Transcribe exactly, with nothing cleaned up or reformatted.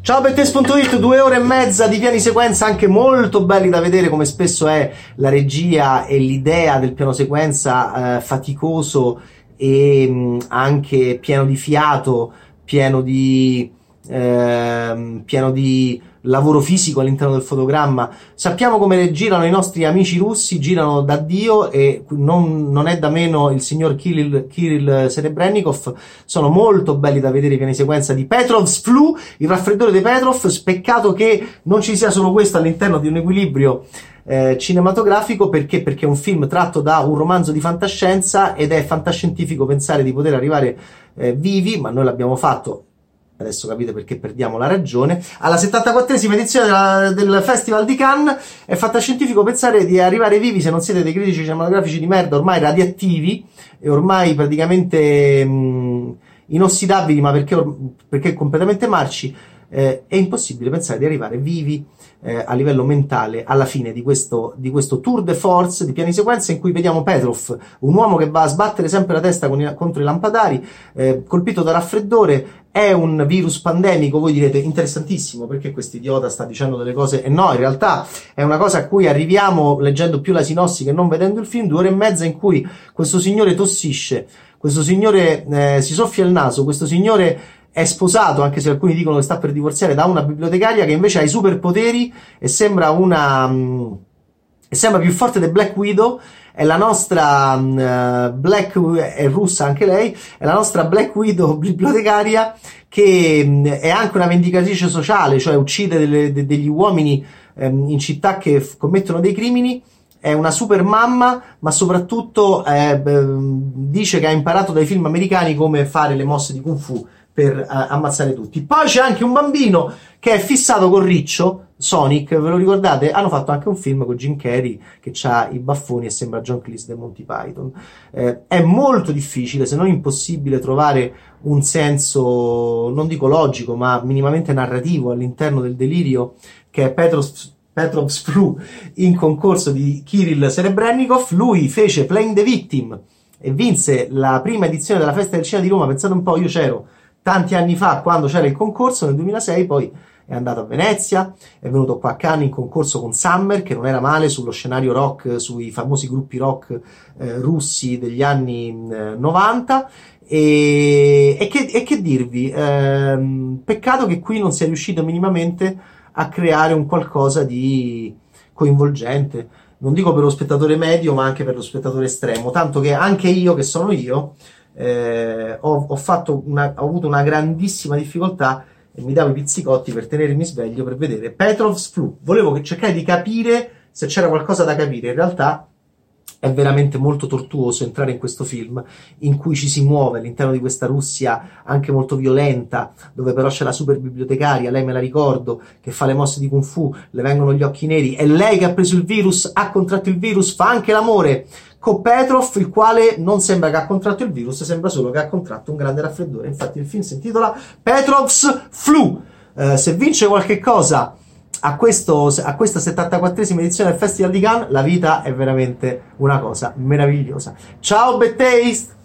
Ciao Bettes punto it, due ore e mezza di piani sequenza anche molto belli da vedere, come spesso è la regia e l'idea del piano sequenza eh, faticoso e mh, anche pieno di fiato, pieno di eh, pieno di lavoro fisico all'interno del fotogramma. Sappiamo come girano i nostri amici russi, girano da Dio, e non, non è da meno il signor Kirill, Kirill Serebrennikov. Sono molto belli da vedere i piani sequenza di Petrov's Flu, il raffreddore di Petrov. Peccato che non ci sia solo questo all'interno di un equilibrio eh, cinematografico, perché perché è un film tratto da un romanzo di fantascienza ed è fantascientifico pensare di poter arrivare eh, vivi, ma noi l'abbiamo fatto. Adesso capite perché perdiamo la ragione. Alla settantaquattresima edizione della, del Festival di Cannes è fantascientifico pensare di arrivare vivi se non siete dei critici cinematografici di merda ormai radioattivi e ormai praticamente mh, inossidabili, ma perché, perché completamente marci. Eh, è impossibile pensare di arrivare vivi eh, a livello mentale alla fine di questo, di questo tour de force di piani sequenza in cui vediamo Petrov, un uomo che va a sbattere sempre la testa con i, contro i lampadari, eh, colpito da raffreddore. È un virus pandemico. Voi direte interessantissimo, perché questo idiota sta dicendo delle cose, e no, in realtà è una cosa a cui arriviamo leggendo più la sinossi che non vedendo il film. Due ore e mezza in cui questo signore tossisce, questo signore eh, si soffia il naso, questo signore è sposato, anche se alcuni dicono che sta per divorziare, da una bibliotecaria che invece ha i superpoteri e sembra una mh, e sembra più forte di Black Widow. È la nostra uh, Black, è russa anche lei, è la nostra Black Widow bibliotecaria, che mh, è anche una vendicatrice sociale, cioè uccide delle, de, degli uomini um, in città che f- commettono dei crimini. È una super mamma, ma soprattutto eh, dice che ha imparato dai film americani come fare le mosse di Kung Fu per uh, ammazzare tutti. Poi c'è anche un bambino che è fissato con Riccio, Sonic, ve lo ricordate? Hanno fatto anche un film con Jim Carrey che ha i baffoni e sembra John Cleese del Monty Python. Eh, è molto difficile, se non impossibile, trovare un senso, non dico logico, ma minimamente narrativo all'interno del delirio che è Petrov's Petrov's Flu in concorso di Kirill Serebrennikov. Lui fece Playing the Victim e vinse la prima edizione della Festa del Cinema di Roma. Pensate un po', io c'ero tanti anni fa quando c'era il concorso, nel duemilasei, poi è andato a Venezia, è venuto qua a Cannes in concorso con Summer, che non era male, sullo scenario rock, sui famosi gruppi rock eh, russi degli anni eh, novanta. E, e, che, e che dirvi, ehm, peccato che qui non sia riuscito minimamente a creare un qualcosa di coinvolgente, non dico per lo spettatore medio, ma anche per lo spettatore estremo, tanto che anche io, che sono io, eh, ho, ho, fatto una, ho avuto una grandissima difficoltà e mi davo i pizzicotti per tenermi sveglio per vedere Petrov's Flu. Volevo che cercare di capire se c'era qualcosa da capire. In realtà è veramente molto tortuoso entrare in questo film in cui ci si muove all'interno di questa Russia anche molto violenta, dove però c'è la super bibliotecaria, lei me la ricordo, che fa le mosse di Kung Fu, le vengono gli occhi neri, è lei che ha preso il virus, ha contratto il virus, fa anche l'amore con Petrov, il quale non sembra che ha contratto il virus, sembra solo che ha contratto un grande raffreddore. Infatti il film si intitola Petrov's Flu. Eh, se vince qualche cosa a, questo, a questa settantaquattresima edizione del Festival di Cannes, la vita è veramente una cosa meravigliosa. Ciao Bettaste!